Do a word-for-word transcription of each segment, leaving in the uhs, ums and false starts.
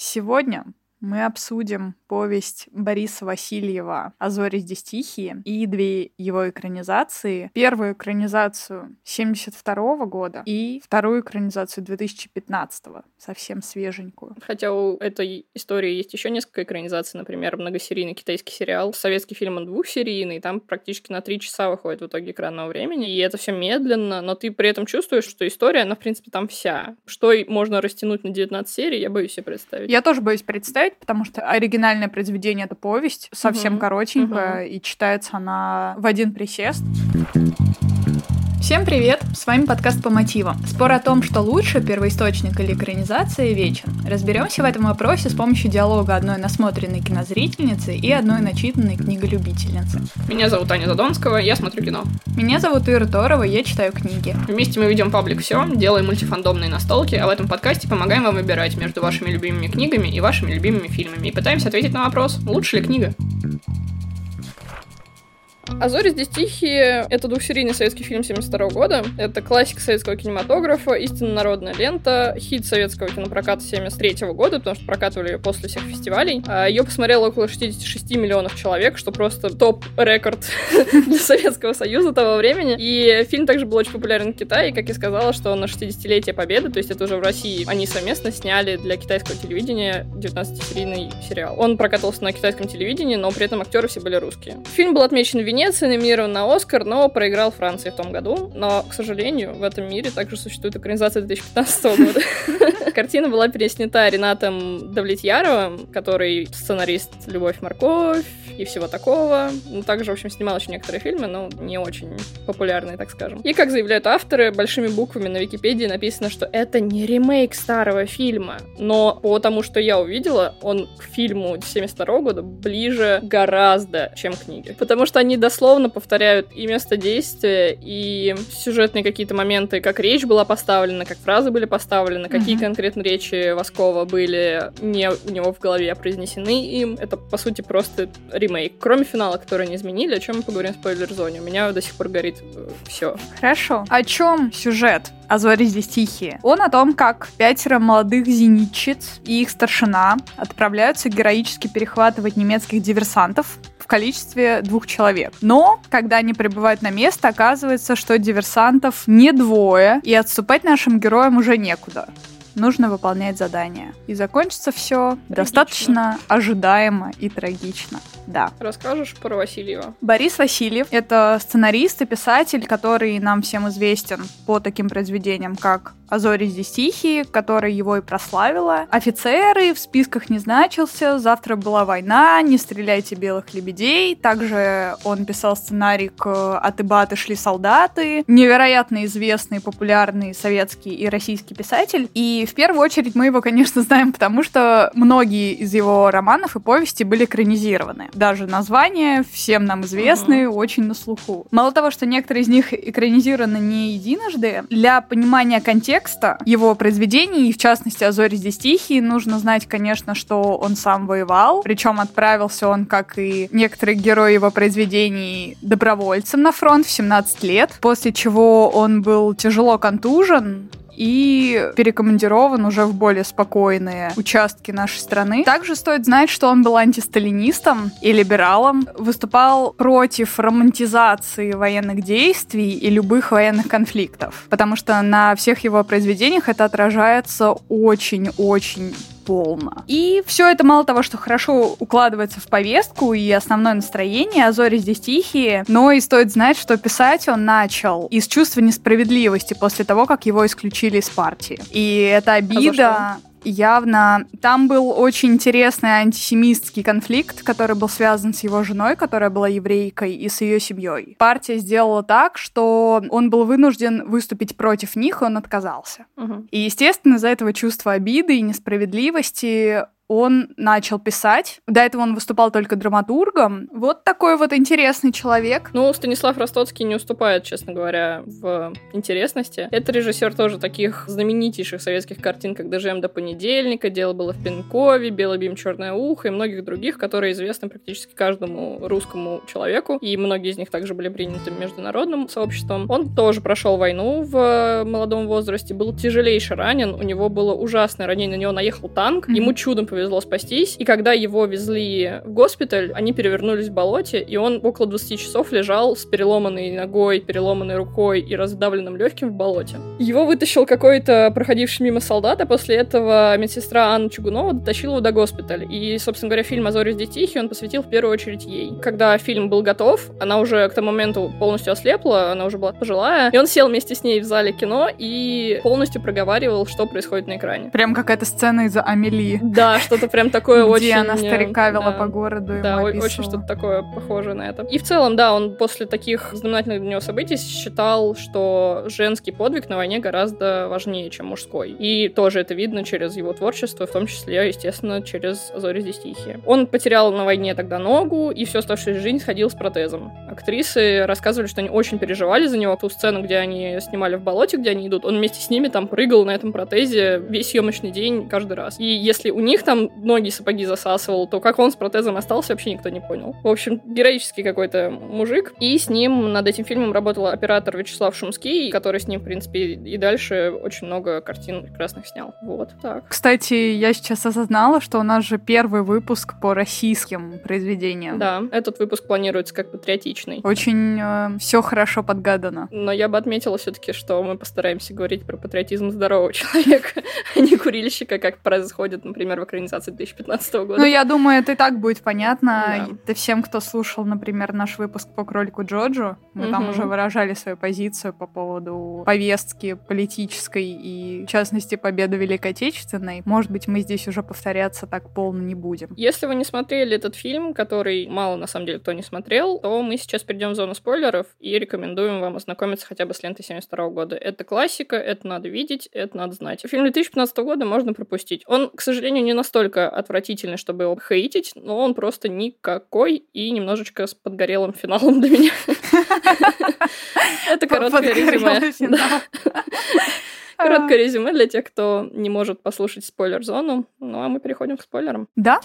Сегодня мы обсудим повесть Бориса Васильева «А зори здесь тихие» и две его экранизации. Первую экранизацию семьдесят второго года и вторую экранизацию две тысячи пятнадцатого, совсем свеженькую. Хотя у этой истории есть еще несколько экранизаций, например, многосерийный китайский сериал. Советский фильм он двухсерийный, там практически на три часа выходит в итоге экранного времени, и это все медленно, но ты при этом чувствуешь, что история, она, в принципе, там вся. Что можно растянуть на девятнадцать серий, я боюсь себе представить. Я тоже боюсь представить, потому что оригинальное произведение — это повесть, совсем uh-huh. коротенькая, uh-huh. и читается она в один присест. Всем привет! С вами подкаст «По мотивам». Спор о том, что лучше, первоисточник или экранизация, вечен. Разберемся в этом вопросе с помощью диалога одной насмотренной кинозрительницы и одной начитанной книголюбительницы. Меня зовут Аня Задонского, я смотрю кино. Меня зовут Ира Торова, я читаю книги. Вместе мы ведем паблик «Все», делаем мультифандомные настолки, а в этом подкасте помогаем вам выбирать между вашими любимыми книгами и вашими любимыми фильмами и пытаемся ответить на вопрос, лучше ли книга. «А зори здесь тихие» — это двухсерийный советский фильм семьдесят второго года. Это классика советского кинематографа, истинно народная лента, хит советского кинопроката семьдесят третьего года, потому что прокатывали ее после всех фестивалей. Ее посмотрело около шестьдесят шесть миллионов человек, что просто топ-рекорд для Советского Союза того времени. И фильм также был очень популярен в Китае, и, как я сказала, что на шестидесятилетие Победы, то есть это уже в России, они совместно сняли для китайского телевидения девятнадцатисерийный сериал. Он прокатывался на китайском телевидении, но при этом актеры все были русские. Фильм был отмечен в Венеции, номинирован на Оскар, но проиграл Франции в том году. Но, к сожалению, в этом мире также существует экранизация две тысячи пятнадцатого года. Картина была переснята Ринатом Давлетьяровым, который сценарист «Любовь, морковь» и всего такого. Также, в общем, снимал еще некоторые фильмы, но не очень популярные, так скажем. И, как заявляют авторы, большими буквами на Википедии написано, что это не ремейк старого фильма. Но по тому, что я увидела, он к фильму семьдесят второго года ближе гораздо, чем к книге. Потому что они дословно повторяют и место действия, и сюжетные какие-то моменты, как речь была поставлена, как фразы были поставлены, mm-hmm. какие конкретно речи Воскова были не у него в голове, а произнесены им. Это, по сути, просто ремейк. Кроме финала, который они изменили, о чем мы поговорим в спойлер-зоне. У меня до сих пор горит э, все. Хорошо. О чем сюжет «А зори здесь тихие»? Он о том, как пятеро молодых зенитчиц и их старшина отправляются героически перехватывать немецких диверсантов в количестве двух человек. Но, когда они прибывают на место, оказывается, что диверсантов не двое, и отступать нашим героям уже некуда. Нужно выполнять задания. И закончится все достаточно ожидаемо и трагично. Да. Расскажешь про Васильева? Борис Васильев — это сценарист и писатель, который нам всем известен по таким произведениям, как «А зори здесь тихие», которая его и прославила. «Офицеры», в списках не значился, «Завтра была война», «Не стреляйте белых лебедей». Также он писал сценарий к «От Ибаты шли солдаты». Невероятно известный, популярный советский и российский писатель. И в первую очередь мы его, конечно, знаем, потому что многие из его романов и повести были экранизированы. Даже названия всем нам известны, uh-huh. очень на слуху. Мало того, что некоторые из них экранизированы не единожды, для понимания контекста его произведений, и в частности «А зори здесь тихие», нужно знать, конечно, что он сам воевал, причем отправился он, как и некоторые герои его произведений, добровольцем на фронт в семнадцать лет, после чего он был тяжело контужен и перекомандирован уже в более спокойные участки нашей страны. Также стоит знать, что он был антисталинистом и либералом, выступал против романтизации военных действий и любых военных конфликтов, потому что на всех его произведениях это отражается очень-очень полно. И все это мало того, что хорошо укладывается в повестку и основное настроение «А зори здесь тихие», но и стоит знать, что писать он начал из чувства несправедливости после того, как его исключили из партии. И эта обида... Явно там был очень интересный антисемитский конфликт, который был связан с его женой, которая была еврейкой, и с ее семьей. Партия сделала так, что он был вынужден выступить против них, и он отказался. Угу. И, естественно, из-за этого чувства обиды и несправедливости он начал писать. До этого он выступал только драматургом. Вот такой вот интересный человек. Ну, Станислав Ростоцкий не уступает, честно говоря, в интересности. Это режиссер тоже таких знаменитейших советских картин, как «Доживем до понедельника», «Дело было в Пенькове», «Белый бим, черное ухо» и многих других, которые известны практически каждому русскому человеку. И многие из них также были приняты международным сообществом. Он тоже прошел войну в молодом возрасте, был тяжелейше ранен. У него было ужасное ранение, на него наехал танк. Mm-hmm. Ему чудом повезло повезло спастись, и когда его везли в госпиталь, они перевернулись в болоте, и он около двадцати часов лежал с переломанной ногой, переломанной рукой и раздавленным легким в болоте. Его вытащил какой-то проходивший мимо солдат, а после этого медсестра Анна Чугунова дотащила его до госпиталя. И, собственно говоря, фильм «А зори здесь тихие» он посвятил в первую очередь ей. Когда фильм был готов, она уже к тому моменту полностью ослепла, она уже была пожилая, и он сел вместе с ней в зале кино и полностью проговаривал, что происходит на экране. Прям какая-то сцена из «Амели». Да, что-то прям такое очень... Где она старика вела по городу. Да, очень что-то такое похожее на это. И в целом, да, он после таких знаменательных для него событий считал, что женский подвиг на войне гораздо важнее, чем мужской. И тоже это видно через его творчество, в том числе, естественно, через «А зори здесь тихие». Он потерял на войне тогда ногу, и всю оставшуюся жизнь ходил с протезом. Актрисы рассказывали, что они очень переживали за него. Ту сцену, где они снимали в болоте, где они идут, он вместе с ними там прыгал на этом протезе весь съемочный день каждый раз. И если у них там ноги сапоги засасывал, то как он с протезом остался, вообще никто не понял. В общем, героический какой-то мужик. И с ним над этим фильмом работал оператор Вячеслав Шумский, который с ним, в принципе, и дальше очень много картин прекрасных снял. Вот так. Кстати, я сейчас осознала, что у нас же первый выпуск по российским произведениям. Да, этот выпуск планируется как патриотичный. Очень э, все хорошо подгадано. Но я бы отметила все-таки, что мы постараемся говорить про патриотизм здорового человека, а не курильщика, как происходит, например, в экранизации две тысячи пятнадцатого года. Ну, я думаю, это и так будет понятно. Да. Это всем, кто слушал, например, наш выпуск по кролику Джоджо, мы угу. там уже выражали свою позицию по поводу повестки политической и, в частности, победы Великой Отечественной. Может быть, мы здесь уже повторяться так полно не будем. Если вы не смотрели этот фильм, который мало, на самом деле, кто не смотрел, то мы сейчас перейдем в зону спойлеров и рекомендуем вам ознакомиться хотя бы с лентой семьдесят второго года. Это классика, это надо видеть, это надо знать. Фильм две тысячи пятнадцатого года можно пропустить. Он, к сожалению, не настолько отвратительный, чтобы его хейтить, но он просто никакой и немножечко с подгорелым финалом для меня. Это короткое резюме. Короткое резюме для тех, кто не может послушать спойлер-зону. Ну, а мы переходим к спойлерам. Да?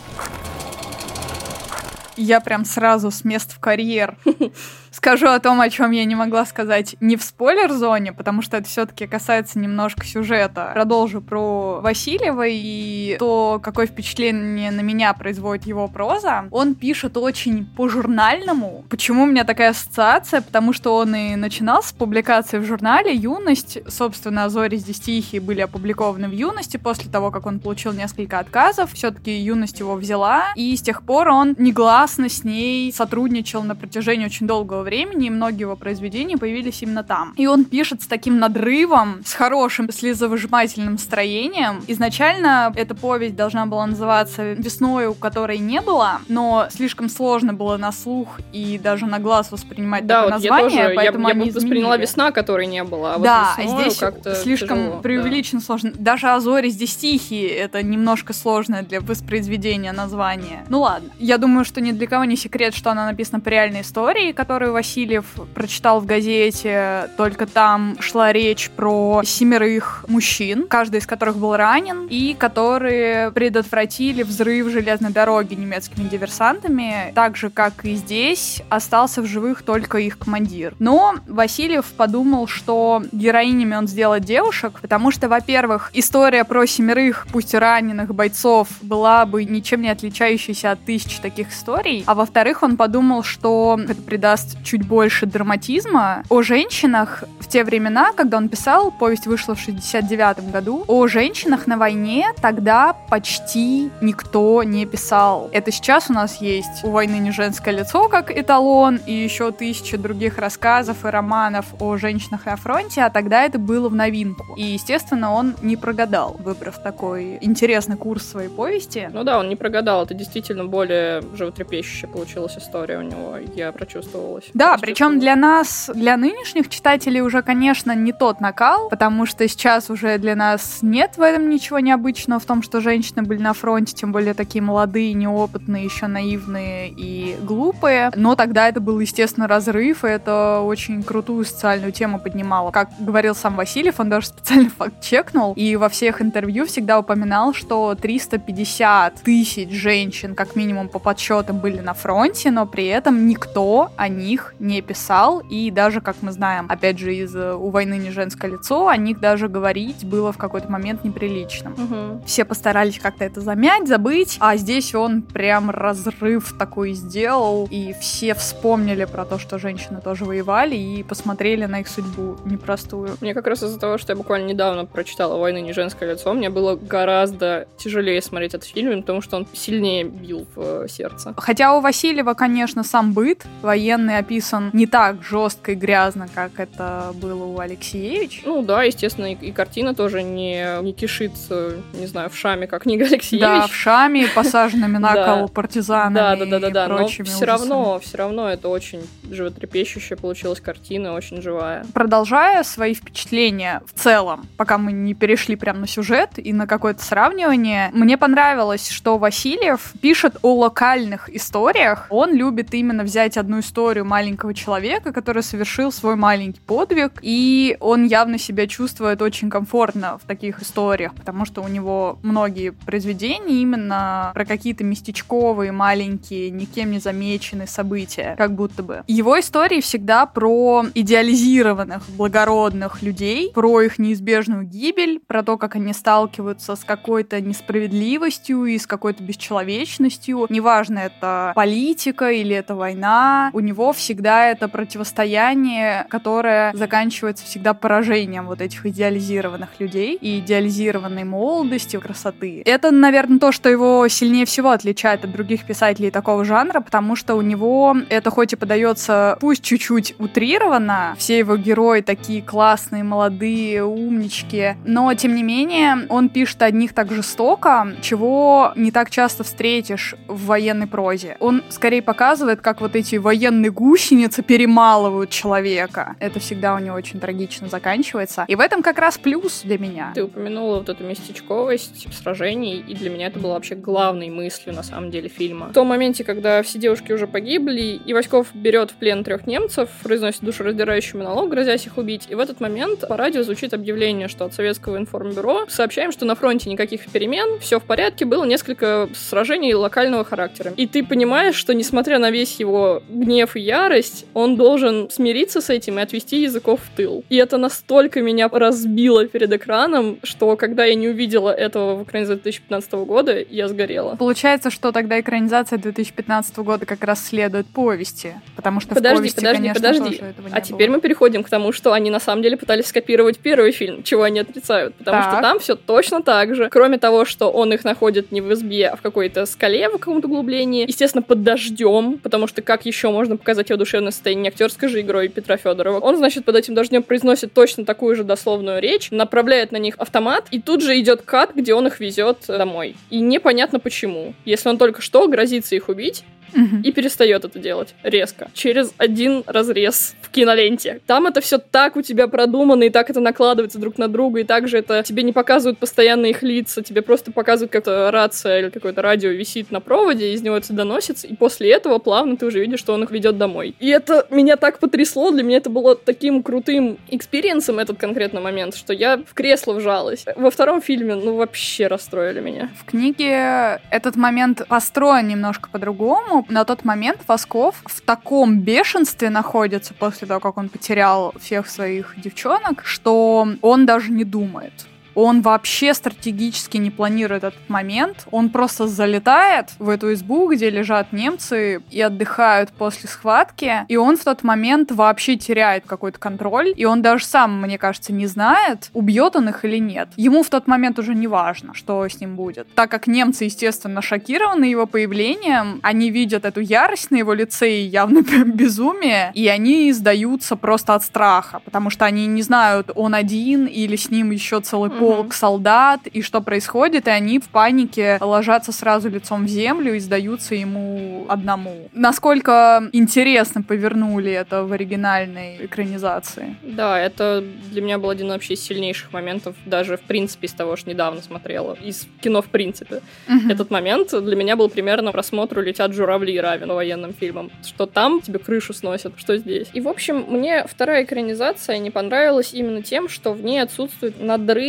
Я прям сразу с мест в карьер скажу о том, о чем я не могла сказать не в спойлер-зоне, потому что это все-таки касается немножко сюжета. Продолжу про Васильева и то, какое впечатление на меня производит его проза. Он пишет очень по-журнальному. Почему у меня такая ассоциация? Потому что он и начинал с публикации в журнале «Юность». Собственно, «А зори здесь тихие» были опубликованы в «Юности» после того, как он получил несколько отказов. Все-таки «Юность» его взяла, и с тех пор он негласно с ней сотрудничал на протяжении очень долгого времени, и многие его произведения появились именно там. И он пишет с таким надрывом, с хорошим слезовыжимательным строением. Изначально эта повесть должна была называться «Весной, у которой не было», но слишком сложно было на слух и даже на глаз воспринимать да, такое вот название, я тоже, поэтому я, они я изменили. восприняла «Весна», которой не было, а да, вот «Весною» здесь как-то слишком тяжело, преувеличенно да. сложно. Даже «А зори здесь тихие» — это немножко сложное для воспроизведения название. Ну ладно. Я думаю, что ни для кого не секрет, что она написана по реальной истории, которую Васильев прочитал в газете, только там шла речь про семерых мужчин, каждый из которых был ранен, и которые предотвратили взрыв железной дороги немецкими диверсантами, так же, как и здесь, остался в живых только их командир. Но Васильев подумал, что героинями он сделает девушек, потому что, во-первых, история про семерых, пусть и раненых бойцов, была бы ничем не отличающейся от тысяч таких историй, а во-вторых, он подумал, что это придаст чуть больше драматизма. О женщинах в те времена, когда он писал, повесть вышла в шестьдесят девятом году, о женщинах на войне тогда почти никто не писал. Это сейчас у нас есть «У войны не женское лицо» как эталон, и еще тысячи других рассказов и романов о женщинах на фронте, а тогда это было в новинку. И, естественно, он не прогадал, выбрав такой интересный курс своей повести. Ну да, он не прогадал, это действительно более животрепещущая получилась история у него, я прочувствовалась. Да, причем для нас, для нынешних читателей уже, конечно, не тот накал, потому что сейчас уже для нас нет в этом ничего необычного, в том, что женщины были на фронте, тем более такие молодые, неопытные, еще наивные и глупые. Но тогда это был, естественно, разрыв, и это очень крутую социальную тему поднимало. Как говорил сам Васильев, он даже специально факт чекнул, и во всех интервью всегда упоминал, что триста пятьдесят тысяч женщин, как минимум по подсчетам, были на фронте, но при этом никто о них них не писал, и даже, как мы знаем, опять же, из «У войны не женское лицо», о них даже говорить было в какой-то момент неприличным. Угу. Все постарались как-то это замять, забыть, а здесь он прям разрыв такой сделал, и все вспомнили про то, что женщины тоже воевали, и посмотрели на их судьбу непростую. Мне как раз из-за того, что я буквально недавно прочитала «Войны не женское лицо», мне было гораздо тяжелее смотреть этот фильм, потому что он сильнее бил в сердце. Хотя у Васильева, конечно, сам быт военный описан не так жестко и грязно, как это было у Алексеевич. Ну да, естественно, и, и картина тоже не, не кишит, не знаю, вшами, как книга Алексеевич. Да, вшами, посаженными на кол партизанами. Да, да, да, да, да. Но все равно, все равно это очень животрепещущая получилась картина, очень живая. Продолжая свои впечатления в целом, пока мы не перешли прямо на сюжет и на какое-то сравнивание, мне понравилось, что Васильев пишет о локальных историях. Он любит именно взять одну историю маленького человека, который совершил свой маленький подвиг, и он явно себя чувствует очень комфортно в таких историях, потому что у него многие произведения именно про какие-то местечковые, маленькие, никем не замеченные события, как будто бы. Его истории всегда про идеализированных, благородных людей, про их неизбежную гибель, про то, как они сталкиваются с какой-то несправедливостью и с какой-то бесчеловечностью. Неважно, это политика или это война, у него всегда это противостояние, которое заканчивается всегда поражением вот этих идеализированных людей и идеализированной молодости, красоты. Это, наверное, то, что его сильнее всего отличает от других писателей такого жанра, потому что у него это хоть и подается, пусть чуть-чуть утрированно, все его герои такие классные, молодые, умнички, но, тем не менее, он пишет о них так жестоко, чего не так часто встретишь в военной прозе. Он скорее показывает, как вот эти военные гусеницы перемалывают человека. Это всегда у него очень трагично заканчивается. И в этом как раз плюс для меня. Ты упомянула вот эту местечковость сражений, и для меня это было вообще главной мыслью, на самом деле, фильма. В том моменте, когда все девушки уже погибли, и Васьков берет в плен трех немцев, произносит душераздирающий монолог, грозясь их убить, и в этот момент по радио звучит объявление, что от Советского информбюро сообщаем, что на фронте никаких перемен, все в порядке, было несколько сражений локального характера. И ты понимаешь, что несмотря на весь его гнев и ярость, он должен смириться с этим и отвести языков в тыл. И это настолько меня разбило перед экраном, что когда я не увидела этого в экранизации две тысячи пятнадцатого года, я сгорела. Получается, что тогда экранизация две тысячи пятнадцатого года как раз следует повести, потому что подожди, в повести, подожди, конечно, подожди. тоже этого не А было. теперь мы переходим к тому, что они на самом деле пытались скопировать первый фильм, чего они отрицают, потому Так. что там все точно так же. Кроме того, что он их находит не в избе, а в какой-то скале, в каком-то углублении, естественно, под дождем, потому что как еще можно показать его душевное состояние актерской же игрой Петра Федорова. Он, значит, под этим дождем произносит точно такую же дословную речь, направляет на них автомат, и тут же идет кат, где он их везет домой. И непонятно почему. Если он только что грозится их убить, Угу. и перестает это делать резко. Через один разрез в киноленте. Там это все так у тебя продумано, и так это накладывается друг на друга, и также это тебе не показывают постоянно их лица, тебе просто показывают, как рация или какое-то радио висит на проводе, из него это доносится, и после этого плавно ты уже видишь, что он их ведет домой. И это меня так потрясло, для меня это было таким крутым экспириенсом, этот конкретный момент, что я в кресло вжалась. Во втором фильме, ну, вообще расстроили меня. В книге этот момент построен немножко по-другому. На тот момент Васьков в таком бешенстве находится после того, как он потерял всех своих девчонок, что он даже не думает. Он вообще стратегически не планирует этот момент. Он просто залетает в эту избу, где лежат немцы и отдыхают после схватки. И он в тот момент вообще теряет какой-то контроль. И он даже сам, мне кажется, не знает, убьет он их или нет. Ему в тот момент уже не важно, что с ним будет. Так как немцы, естественно, шокированы его появлением, они видят эту ярость на его лице и явно безумие, и они сдаются просто от страха, потому что они не знают, он один или с ним еще целый полк Угу. солдат, и что происходит, и они в панике ложатся сразу лицом в землю и сдаются ему одному. Насколько интересно повернули это в оригинальной экранизации. Да, это для меня был один вообще из сильнейших моментов, даже в принципе из того, что недавно смотрела, из кино в принципе. Угу. Этот момент для меня был примерно просмотру «Летят журавли» равен военным фильмам. Что там тебе крышу сносят, что здесь. И, в общем, мне вторая экранизация не понравилась именно тем, что в ней отсутствует надрыв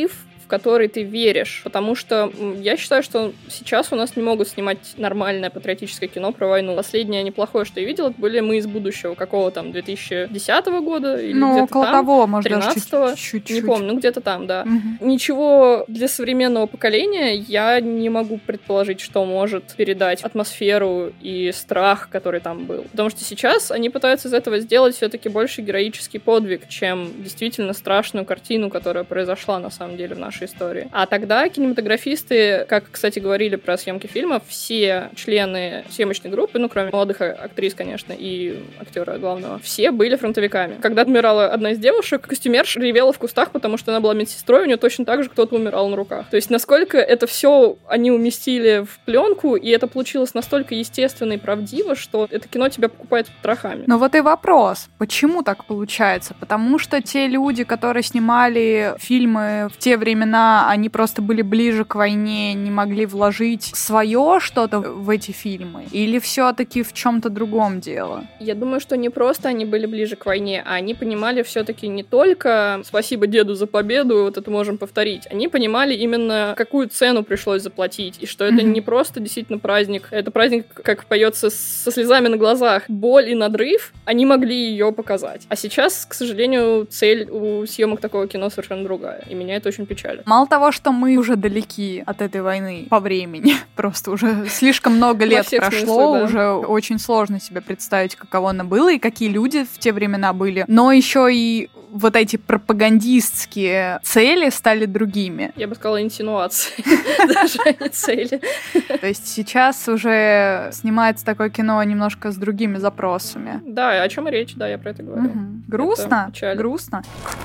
в который ты веришь. Потому что я считаю, что сейчас у нас не могут снимать нормальное патриотическое кино про войну. Последнее неплохое, что я видела, были «Мы из будущего», какого там, две тысячи десятого года или ну, где-то около там, того, может, тринадцатого, даже чуть-чуть. Не помню, ну где-то там, да. Угу. Ничего для современного поколения я не могу предположить, что может передать атмосферу и страх, который там был. Потому что сейчас они пытаются из этого сделать все-таки больше героический подвиг, чем действительно страшную картину, которая произошла на самом деле в нашей истории. А тогда кинематографисты, как, кстати, говорили про съемки фильма, все члены съемочной группы, ну, кроме молодых актрис, конечно, и актера главного, все были фронтовиками. Когда умирала одна из девушек, костюмерша ревела в кустах, потому что она была медсестрой, у нее точно так же кто-то умирал на руках. То есть насколько это все они уместили в пленку, и это получилось настолько естественно и правдиво, что это кино тебя покупает потрохами. Но вот и вопрос, почему так получается? Потому что те люди, которые снимали фильмы в те времена, они просто были ближе к войне, не могли вложить свое что-то в эти фильмы? Или все-таки в чем-то другом дело? Я думаю, что не просто они были ближе к войне, а они понимали все-таки не только «спасибо деду за победу», вот это можем повторить. Они понимали именно, какую цену пришлось заплатить, и что это mm-hmm. не просто действительно праздник, это праздник, как поется, со слезами на глазах. Боль и надрыв, они могли ее показать. А сейчас, к сожалению, цель у съемок такого кино совершенно другая, и меня это очень печалит. Мало того, что мы уже далеки от этой войны по времени, просто уже слишком много лет прошло, уже очень сложно себе представить, каково она была и какие люди в те времена были, но еще и вот эти пропагандистские цели стали другими. Я бы сказала, инсинуации, даже не цели. То есть сейчас уже снимается такое кино немножко с другими запросами. Да, о чем и речь, да, я про это говорю. Грустно? Грустно.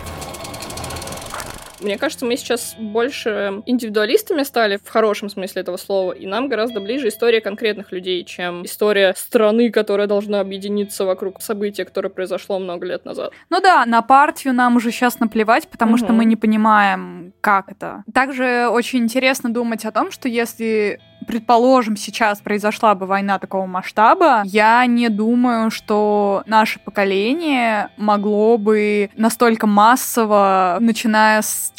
Мне кажется, мы сейчас больше индивидуалистами стали, в хорошем смысле этого слова, и нам гораздо ближе история конкретных людей, чем история страны, которая должна объединиться вокруг события, которое произошло много лет назад. Ну да, на партию нам уже сейчас наплевать, потому угу. что мы не понимаем, как это. Также очень интересно думать о том, что если... предположим, сейчас произошла бы война такого масштаба, я не думаю, что наше поколение могло бы настолько массово, начиная с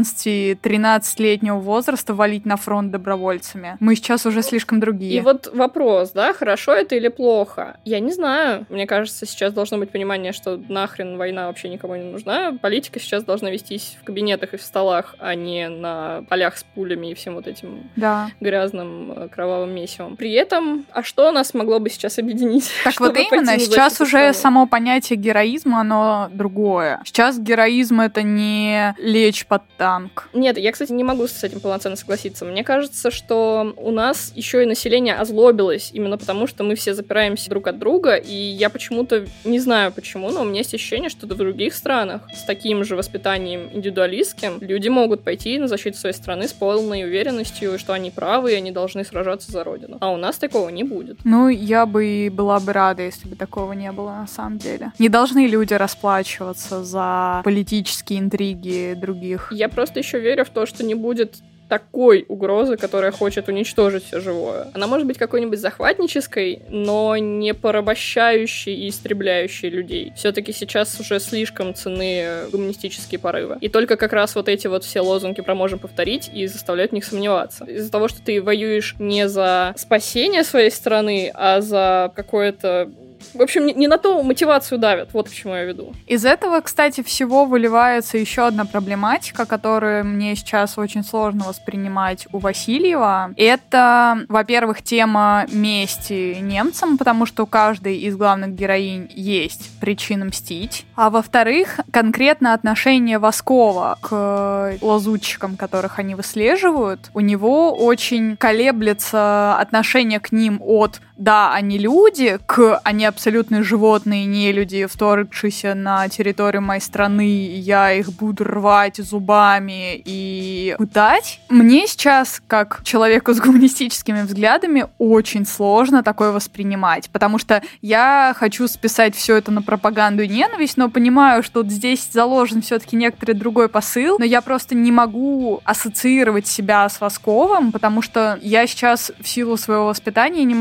четырнадцати-тринадцатилетнего возраста, валить на фронт добровольцами. Мы сейчас уже слишком другие. И вот вопрос, да, хорошо это или плохо? Я не знаю. Мне кажется, сейчас должно быть понимание, что нахрен война вообще никому не нужна. Политика сейчас должна вестись в кабинетах и в столах, а не на полях с пулями и всем вот этим да. грязным кровавым месивом. При этом, а что нас могло бы сейчас объединить? Так вот именно, сейчас уже само понятие героизма, оно другое. Сейчас героизм — это не лечь под танк. Нет, я, кстати, не могу с этим полноценно согласиться. Мне кажется, что у нас еще и население озлобилось, именно потому, что мы все запираемся друг от друга, и я почему-то, не знаю почему, но у меня есть ощущение, что в других странах с таким же воспитанием индивидуалистским люди могут пойти на защиту своей страны с полной уверенностью, что они правы, и они должны сражаться за родину. А у нас такого не будет. Ну, я бы была бы рада, если бы такого не было на самом деле. Не должны люди расплачиваться за политические интриги других. Я просто еще верю в то, что не будет такой угрозы, которая хочет уничтожить все живое. Она может быть какой-нибудь захватнической, но не порабощающей и истребляющей людей. Все-таки сейчас уже слишком ценны гуманистические порывы. И только как раз вот эти вот все лозунги про «можем повторить» и заставляют в них сомневаться. Из-за того, что ты воюешь не за спасение своей страны, а за какое-то... В общем, не, не на ту мотивацию давят. Вот к чему я веду. Из этого, кстати, всего выливается еще одна проблематика, которую мне сейчас очень сложно воспринимать у Васильева. Это, во-первых, тема мести немцам, потому что у каждой из главных героинь есть причина мстить. А во-вторых, конкретно отношение Воскова к лазутчикам, которых они выслеживают. У него очень колеблется отношение к ним от «да, они люди», к «они абсолютные животные, не люди, вторгшиеся на территорию моей страны, я их буду рвать зубами и пытать». Мне сейчас, как человеку с гуманистическими взглядами, очень сложно такое воспринимать, потому что я хочу списать все это на пропаганду и ненависть, но понимаю, что вот здесь заложен все-таки некоторый другой посыл, но я просто не могу ассоциировать себя с Восковым, потому что я сейчас в силу своего воспитания не могу думать,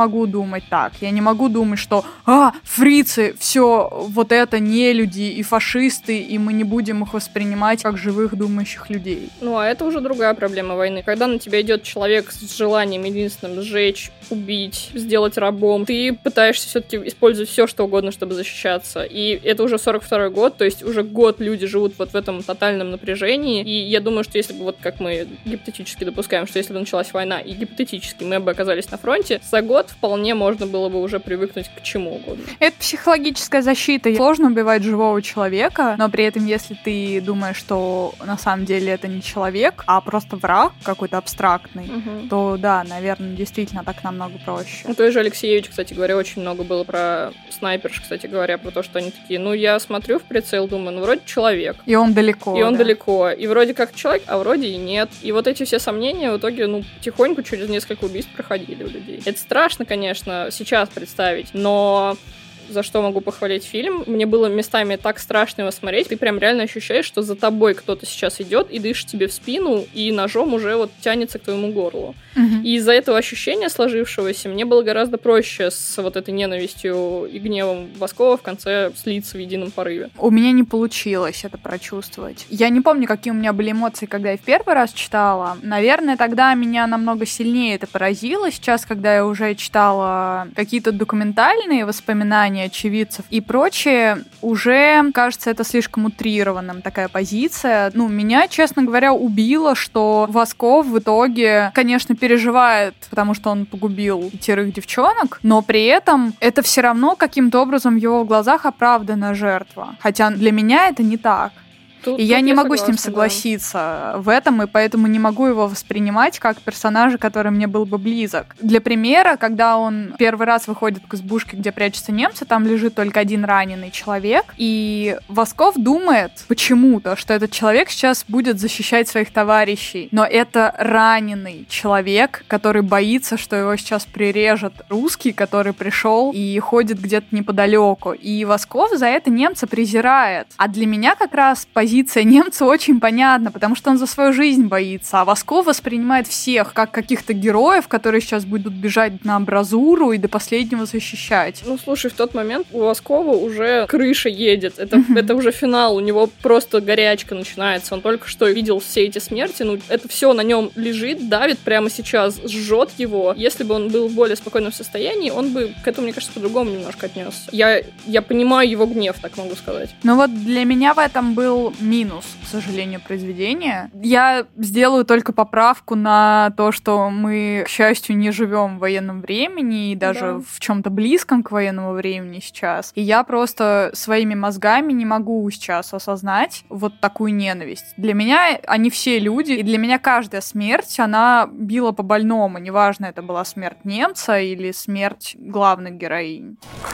думать так. Я не могу думать, что «А, фрицы, все, вот это не люди и фашисты, и мы не будем их воспринимать как живых думающих людей». Ну, а это уже другая проблема войны. Когда на тебя идет человек с желанием единственным сжечь, убить, сделать рабом, ты пытаешься все-таки использовать все, что угодно, чтобы защищаться. И это уже сорок второй год, то есть уже год люди живут вот в этом тотальном напряжении. И я думаю, что если бы, вот как мы гипотетически допускаем, что если бы началась война, и гипотетически мы бы оказались на фронте, за год вполне можно было бы уже привыкнуть к чему угодно. Это психологическая защита. Сложно убивать живого человека, но при этом, если ты думаешь, что на самом деле это не человек, а просто враг какой-то абстрактный, угу. то да, наверное, действительно так намного проще. У той же Алексеевич, кстати говоря, очень много было про снайперш, кстати говоря, про то, что они такие, ну, я смотрю в прицел, думаю, ну, вроде человек. И он далеко. И он да. далеко. И вроде как человек, а вроде и нет. И вот эти все сомнения в итоге, ну, потихоньку через несколько убийств проходили у людей. Это страшно, конечно, сейчас представить, но... за что могу похвалить фильм. Мне было местами так страшно его смотреть. Ты прям реально ощущаешь, что за тобой кто-то сейчас идет и дышит тебе в спину, и ножом уже вот тянется к твоему горлу. Угу. И из-за этого ощущения сложившегося мне было гораздо проще с вот этой ненавистью и гневом Воскова в конце слиться в едином порыве. У меня не получилось это прочувствовать. Я не помню, какие у меня были эмоции, когда я в первый раз читала. Наверное, тогда меня намного сильнее это поразило. Сейчас, когда я уже читала какие-то документальные воспоминания очевидцев и прочее, уже кажется это слишком утрированным, такая позиция. Ну, меня, честно говоря, убило, что Восков в итоге, конечно, переживает, потому что он погубил пятерых девчонок, но при этом это все равно каким-то образом в его глазах оправданная жертва. Хотя для меня это не так. Тут, и тут я не я могу согласна, с ним согласиться да. в этом, и поэтому не могу его воспринимать как персонажа, который мне был бы близок. Для примера, когда он первый раз выходит к избушке, где прячутся немцы, там лежит только один раненый человек, и Восков думает почему-то, что этот человек сейчас будет защищать своих товарищей. Но это раненый человек, который боится, что его сейчас прирежет русский, который пришел и ходит где-то неподалеку. И Восков за это немца презирает. А для меня как раз позиция Позиция немца очень понятна, потому что он за свою жизнь боится, а Восков воспринимает всех как каких-то героев, которые сейчас будут бежать на амбразуру и до последнего защищать. Ну, слушай, в тот момент у Воскова уже крыша едет, это, mm-hmm. это уже финал, у него просто горячка начинается, он только что видел все эти смерти, ну, это все на нем лежит, давит прямо сейчас, жжет его. Если бы он был в более спокойном состоянии, он бы к этому, мне кажется, по-другому немножко отнесся. Я, я понимаю его гнев, так могу сказать. Ну вот для меня в этом был минус, к сожалению, произведения. Я сделаю только поправку на то, что мы, к счастью, не живем в военном времени и даже да. в чем-то близком к военному времени сейчас. И я просто своими мозгами не могу сейчас осознать вот такую ненависть. Для меня они все люди, и для меня каждая смерть, она била по больному. Неважно, это была смерть немца или смерть главных героинь.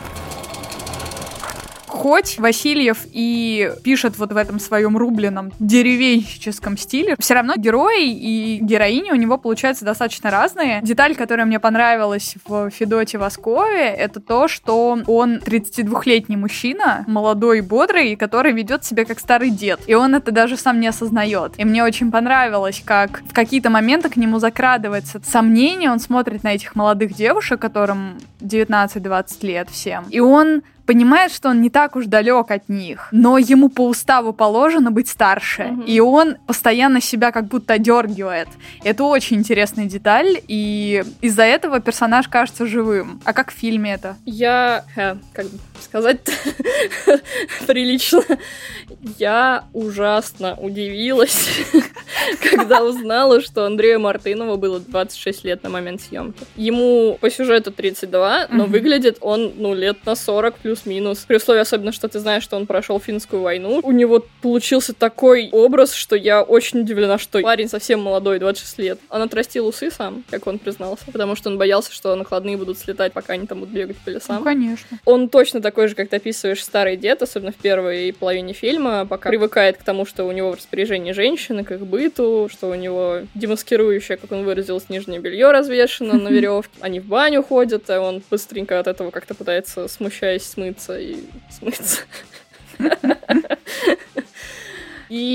Хоть Васильев и пишет вот в этом своем рубленном деревенщическом стиле, все равно герои и героини у него получаются достаточно разные. Деталь, которая мне понравилась в Федоте Воскове, это то, что он тридцатидвухлетний мужчина, молодой и бодрый, который ведет себя как старый дед. И он это даже сам не осознает. И мне очень понравилось, как в какие-то моменты к нему закрадывается сомнение, он смотрит на этих молодых девушек, которым девятнадцать-двадцать лет всем, и он понимает, что он не так уж далек от них, но ему по уставу положено быть старше, mm-hmm. и он постоянно себя как будто одергивает. Это очень интересная деталь, и из-за этого персонаж кажется живым. А как в фильме это? Я, э, как сказать прилично, я ужасно удивилась, когда узнала, что Андрею Мартынову было двадцать шесть лет на момент съемки. Ему по сюжету тридцать два, но выглядит он, ну, лет на сорок плюс плюс-минус. При условии, особенно, что ты знаешь, что он прошел финскую войну. У него получился такой образ, что я очень удивлена, что парень совсем молодой, двадцать шесть лет. Он отрастил усы сам, как он признался, потому что он боялся, что накладные будут слетать, пока они там будут бегать по лесам. Ну, конечно. Он точно такой же, как ты описываешь, старый дед, особенно в первой половине фильма, пока привыкает к тому, что у него в распоряжении женщины, к их быту, что у него демаскирующее, как он выразился, нижнее белье развешено на веревке. Они в баню ходят, а он быстренько от этого как-то пытается, смущаясь, смыться и смыться. И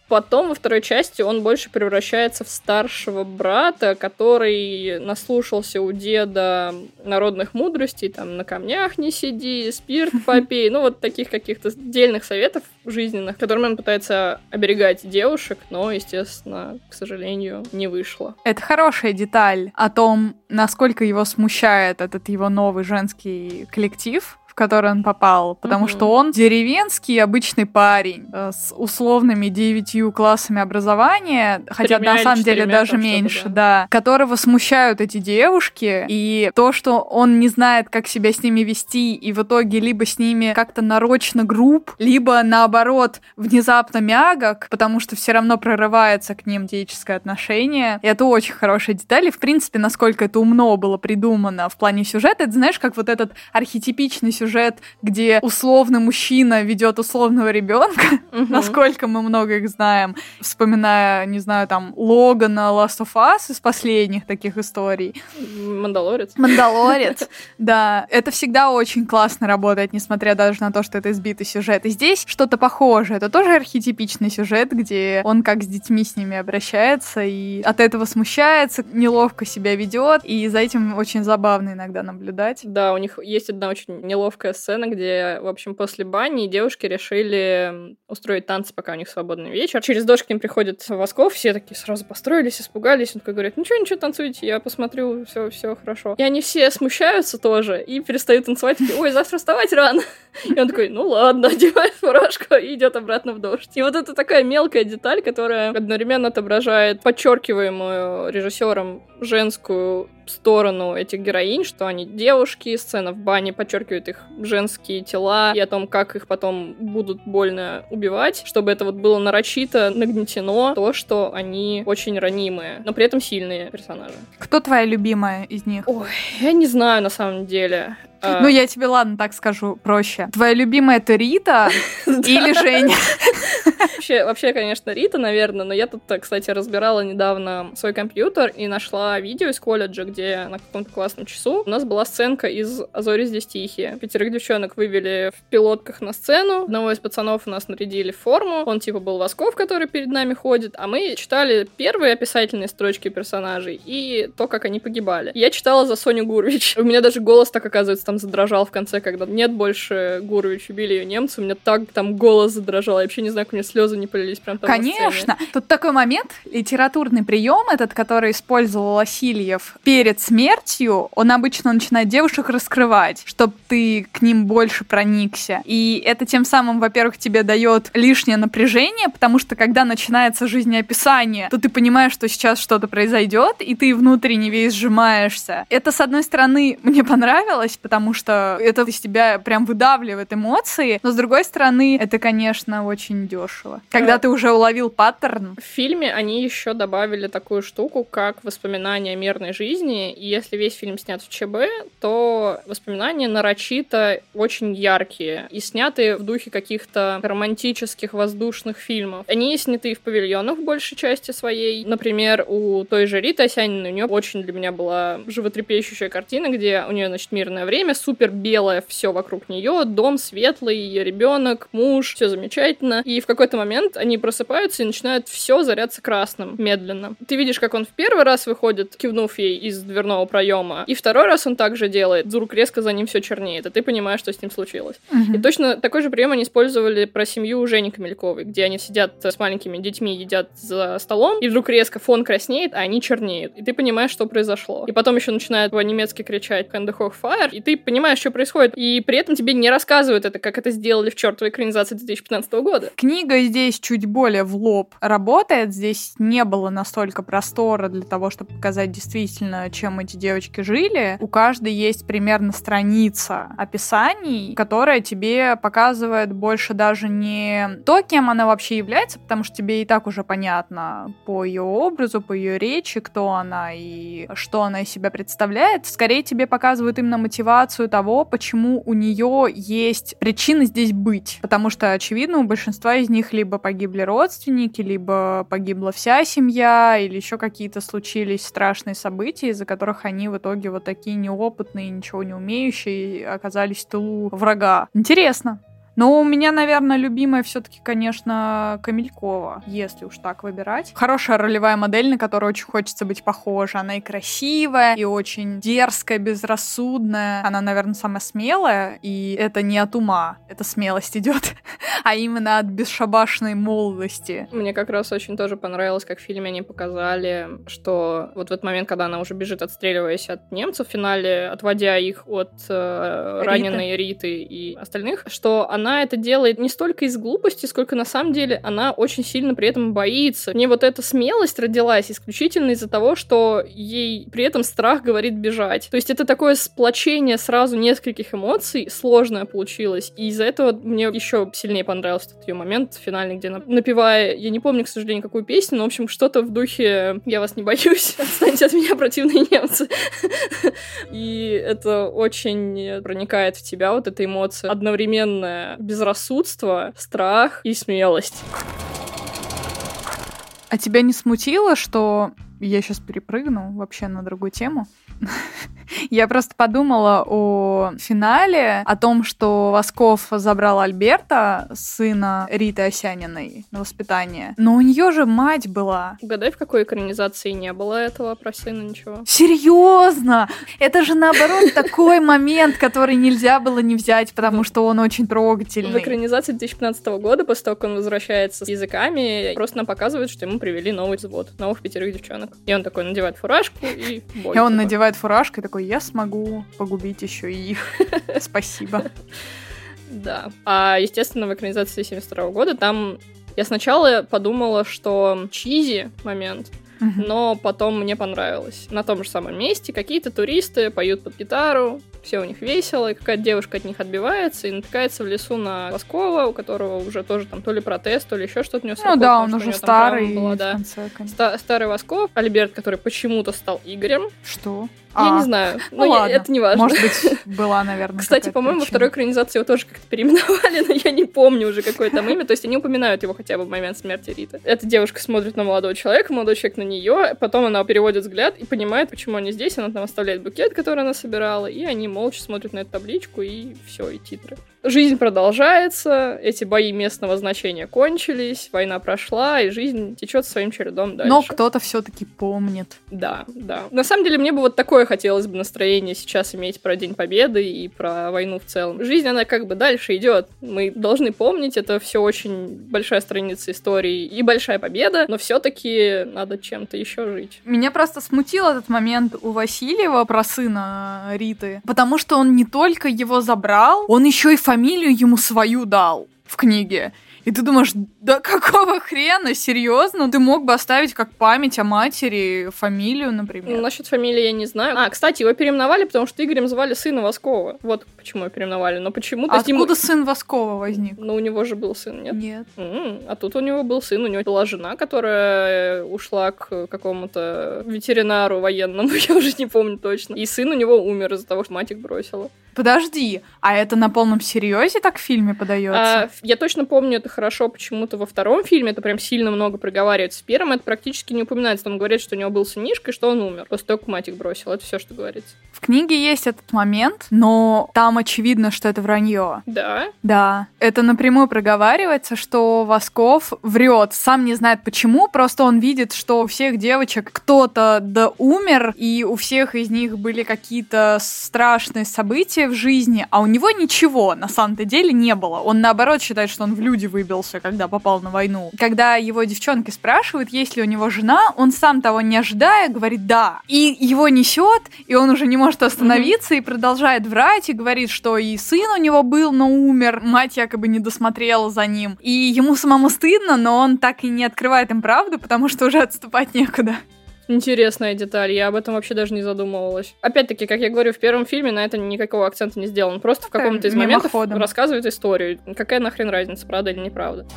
Потом, во второй части, он больше превращается в старшего брата, который наслушался у деда народных мудростей, там, на камнях не сиди, спирт попей, ну, вот таких каких-то дельных советов жизненных, которыми он пытается оберегать девушек, но, естественно, к сожалению, не вышло. Это хорошая деталь о том, насколько его смущает этот его новый женский коллектив, в который он попал, потому mm-hmm. что он деревенский обычный парень э, с условными девятью классами образования, хотя на самом деле даже меньше, да. да, которого смущают эти девушки, и то, что он не знает, как себя с ними вести, и в итоге либо с ними как-то нарочно груб, либо наоборот внезапно мягок, потому что все равно прорывается к ним деятельское отношение. И это очень хорошая деталь, и в принципе, насколько это умно было придумано в плане сюжета, это знаешь, как вот этот архетипичный сюжет сюжет, где условный мужчина ведет условного ребенка, uh-huh. насколько мы много их знаем, вспоминая, не знаю, там, Логана, Last of Us из последних таких историй. Мандалорец. Мандалорец, да. Это всегда очень классно работает, несмотря даже на то, что это избитый сюжет. И здесь что-то похожее. Это тоже архетипичный сюжет, где он как с детьми с ними обращается и от этого смущается, неловко себя ведет, и за этим очень забавно иногда наблюдать. Да, у них есть одна очень неловкая сцена, где, в общем, после бани девушки решили устроить танцы, пока у них свободный вечер. Через дождь к ним приходит Восков, все такие сразу построились, испугались. Он такой говорит: ничего, ничего, танцуйте, я посмотрю, все, все хорошо. И они все смущаются тоже и перестают танцевать, такие: ой, завтра вставать рано. И он такой: ну ладно, одевает фуражку и идет обратно в дождь. И вот это такая мелкая деталь, которая одновременно отображает подчеркиваемую режиссером женскую сторону этих героинь, что они девушки, сцена в бане подчеркивает их женские тела и о том, как их потом будут больно убивать, чтобы это вот было нарочито нагнетено, то, что они очень ранимые, но при этом сильные персонажи. Кто твоя любимая из них? Ой, я не знаю на самом деле. Ну, я тебе, ладно, так скажу проще. Твоя любимая — это Рита или Женя? Вообще, вообще, конечно, Рита, наверное, но я тут, кстати, разбирала недавно свой компьютер и нашла видео из колледжа, где на каком-то классном часу у нас была сценка из «А зори здесь тихие». Пятерых девчонок вывели в пилотках на сцену, одного из пацанов у нас нарядили в форму, он типа был Восков, который перед нами ходит, а мы читали первые описательные строчки персонажей и то, как они погибали. Я читала за Соню Гурвич. У меня даже голос так, оказывается, там задрожал в конце, когда нет больше Гурвич, убили ее немцы, у меня так там голос задрожал, я вообще не знаю, как у меня слезы не полились прям там. Конечно. Тут такой момент, литературный прием этот, который использовал Васильев перед смертью, он обычно начинает девушек раскрывать, чтобы ты к ним больше проникся. И это тем самым, во-первых, тебе дает лишнее напряжение, потому что когда начинается жизнеописание, то ты понимаешь, что сейчас что-то произойдет, и ты внутренне весь сжимаешься. Это, с одной стороны, мне понравилось, потому что это из тебя прям выдавливает эмоции, но с другой стороны, это, конечно, очень дешево. Когда ты уже уловил паттерн. В фильме они еще добавили такую штуку, как воспоминания о мирной жизни, и если весь фильм снят в ЧБ, то воспоминания нарочито очень яркие и сняты в духе каких-то романтических воздушных фильмов. Они сняты в павильонах в большей части своей. Например, у той же Риты Осяниной, у нее очень для меня была животрепещущая картина, где у нее, значит, мирное время, супер белое все вокруг нее, дом светлый, ее ребенок, муж, все замечательно. И в какой-то момент они просыпаются и начинают все заряться красным медленно. Ты видишь, как он в первый раз выходит, кивнув ей из дверного проема, и второй раз он также делает. Вдруг резко за ним все чернеет, и ты понимаешь, что с ним случилось. Uh-huh. И точно такой же прием они использовали про семью Жени Камельковой, где они сидят с маленькими детьми, едят за столом, и вдруг резко фон краснеет, а они чернеют. И ты понимаешь, что произошло. И потом еще начинают по-немецки кричать «Can the Hog fire», и ты понимаешь, что происходит. И при этом тебе не рассказывают это, как это сделали в чертовой экранизации две тысячи пятнадцатого года. Книга здесь чуть более в лоб работает. Здесь не было настолько простора для того, чтобы показать действительно, чем эти девочки жили. У каждой есть примерно страница описаний, которая тебе показывает больше даже не то, кем она вообще является, потому что тебе и так уже понятно по ее образу, по ее речи, кто она и что она из себя представляет. Скорее тебе показывают именно мотивацию того, почему у нее есть причина здесь быть. Потому что, очевидно, у большинства из них либо погибли родственники, либо погибла вся семья, или еще какие-то случились страшные события, из-за которых они в итоге вот такие неопытные, ничего не умеющие, оказались в тылу врага. Интересно. Но у меня, наверное, любимая все-таки, конечно, Камелькова, если уж так выбирать. Хорошая ролевая модель, на которую очень хочется быть похожа. Она и красивая, и очень дерзкая, безрассудная. Она, наверное, самая смелая, и это не от ума, эта смелость идет, а именно от бесшабашной молодости. Мне как раз очень тоже понравилось, как в фильме они показали, что вот в этот момент, когда она уже бежит, отстреливаясь от немцев в финале, отводя их от э, раненой Риты и остальных, что она это делает не столько из глупости, сколько на самом деле она очень сильно при этом боится. Мне вот эта смелость родилась исключительно из-за того, что ей при этом страх говорит бежать. То есть это такое сплочение сразу нескольких эмоций, сложное получилось, и из-за этого мне еще сильнее понравился этот ее момент финальный, где напевая, я не помню, к сожалению, какую песню, но, в общем, что-то в духе «Я вас не боюсь, отстаньте от меня, противные немцы». И это очень проникает в тебя, вот эта эмоция. Одновременное безрассудство, страх и смелость. А тебя не смутило, что... Я сейчас перепрыгну вообще на другую тему. Я просто подумала о финале, о том, что Восков забрал Альберта, сына Риты Осяниной, на воспитание. Но у нее же мать была. Угадай, в какой экранизации не было этого про сына ничего. Серьезно? Это же, наоборот, такой момент, который нельзя было не взять, потому что он очень трогательный. В экранизации две тысячи пятнадцатого года, после того, как он возвращается с языками, просто нам показывают, что ему привели новый взвод, новых пятерых девчонок. И он такой надевает фуражку и бой. И он надевает фуражку и такой: я смогу погубить еще и их. Спасибо. Да. А, естественно, в экранизации семьдесят второго года там я сначала подумала, что чизи момент, но потом мне понравилось. На том же самом месте какие-то туристы поют под гитару, все у них весело, и какая-то девушка от них отбивается и натыкается в лесу на Воскова, у которого уже тоже там то ли протест, то ли еще что-то у него. Ну да, он уже старый. Была, да. Ста- старый Восков. Альберт, который почему-то стал Игорем. Что? Я а, не знаю. Ну я, ладно. Это не важно. Может быть, была, наверное, Кстати, по-моему, во второй экранизации его тоже как-то переименовали, но я не помню уже, какое там имя. То есть они упоминают его хотя бы в момент смерти Риты. Эта девушка смотрит на молодого человека, молодой человек на нее, потом она переводит взгляд и понимает, почему они здесь. Она там оставляет букет, который она собирала, и они молча смотрят на эту табличку, и все, и титры. Жизнь продолжается, эти бои местного значения кончились, война прошла, и жизнь течет своим чередом дальше. Но кто-то все-таки помнит. Да, да. На самом деле, мне бы вот такое хотелось бы настроение сейчас иметь про День Победы и про войну в целом. Жизнь, она как бы дальше идет. Мы должны помнить, это все очень большая страница истории и большая победа, но все-таки надо чем-то еще жить. Меня просто смутил этот момент у Васильева про сына Риты, потому что он не только его забрал, он еще и фамилию ему свою дал в книге. И ты думаешь, да какого хрена, серьезно? Ты мог бы оставить как память о матери фамилию, например. Ну, насчет фамилии я не знаю. А, кстати, его переименовали, потому что Игорем звали сына Воскова. Вот почему его переименовали. Но почему-то... А откуда ему... сын Воскова возник? Ну, у него же был сын, нет? Нет. М-м, а тут у него был сын, у него была жена, которая ушла к какому-то ветеринару военному, я уже не помню точно. И сын у него умер из-за того, что мать их бросила. Подожди, а это на полном серьезе так в фильме подается? А, я точно помню это хорошо почему-то во втором фильме, это прям сильно много проговаривается. В первом это практически не упоминается. Там говорят, что у него был сынишка и что он умер. После того, как мать их бросила. Это все, что говорится. В книге есть этот момент, но там очевидно, что это вранье. Да? Да. Это напрямую проговаривается, что Восков врет. Сам не знает почему, просто он видит, что у всех девочек кто-то да умер, и у всех из них были какие-то страшные события в жизни, а у него ничего на самом-то деле не было. Он, наоборот, считает, что он в люди выбился, когда попал на войну. Когда его девчонки спрашивают, есть ли у него жена, он сам того не ожидая, говорит «да». И его несет, и он уже не может остановиться, mm-hmm. и продолжает врать, и говорит, что и сын у него был, но умер, мать якобы не досмотрела за ним. И ему самому стыдно, но он так и не открывает им правду, потому что уже отступать некуда. Интересная деталь, я об этом вообще даже не задумывалась. Опять-таки, как я говорю, в первом фильме на это никакого акцента не сделан. Просто в каком-то из моментов рассказывает историю. Какая нахрен разница, правда или неправда?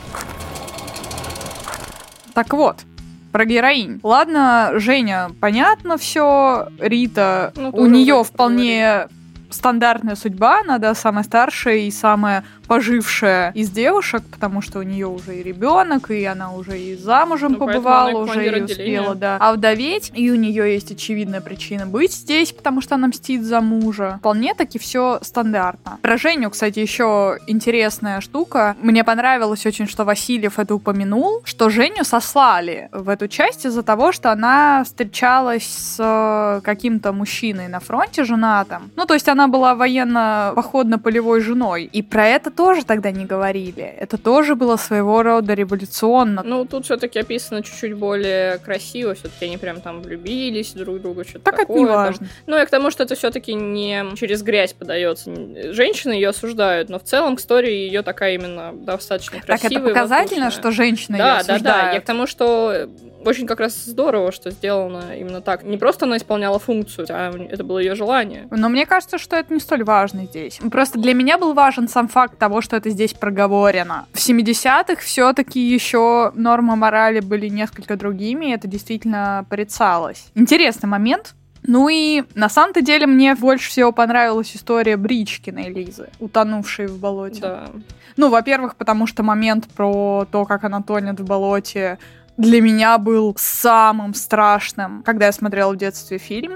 Так вот, про героинь. Ладно, Женя, понятно все. Рита, ну, у нее вполне... стандартная судьба, она, да, самая старшая и самая пожившая из девушек, потому что у нее уже и ребенок, и она уже и замужем ну, побывала, уже и успела, да, овдоветь, и у нее есть очевидная причина быть здесь, потому что она мстит за мужа. Вполне таки все стандартно. Про Женю, кстати, еще интересная штука. Мне понравилось очень, что Васильев это упомянул, что Женю сослали в эту часть из-за того, что она встречалась с каким-то мужчиной на фронте, женатым. Ну, то есть она была военно-походно-полевой женой. И про это тоже тогда не говорили. Это тоже было своего рода революционно. Ну, тут все-таки описано чуть-чуть более красиво. Все-таки они прям там влюбились друг в друга, что-то так такое. Так это не важно. Там. Ну, и к тому, что это все-таки не через грязь подается. Женщины ее осуждают, но в целом к истории ее такая именно достаточно красивая. Так это показательно, воздушная. Что женщины да, ее осуждают. Да, да, да. Я к тому, что очень как раз здорово, что сделано именно так. Не просто она исполняла функцию, а это было ее желание. Но мне кажется, что это не столь важно здесь. Просто для меня был важен сам факт того, что это здесь проговорено. В семидесятых все-таки еще нормы морали были несколько другими, и это действительно порицалось. Интересный момент. Ну и на самом-то деле мне больше всего понравилась история Бричкиной Лизы, утонувшей в болоте. Да. Ну, во-первых, потому что момент про то, как она тонет в болоте, для меня был самым страшным, когда я смотрела в детстве фильм.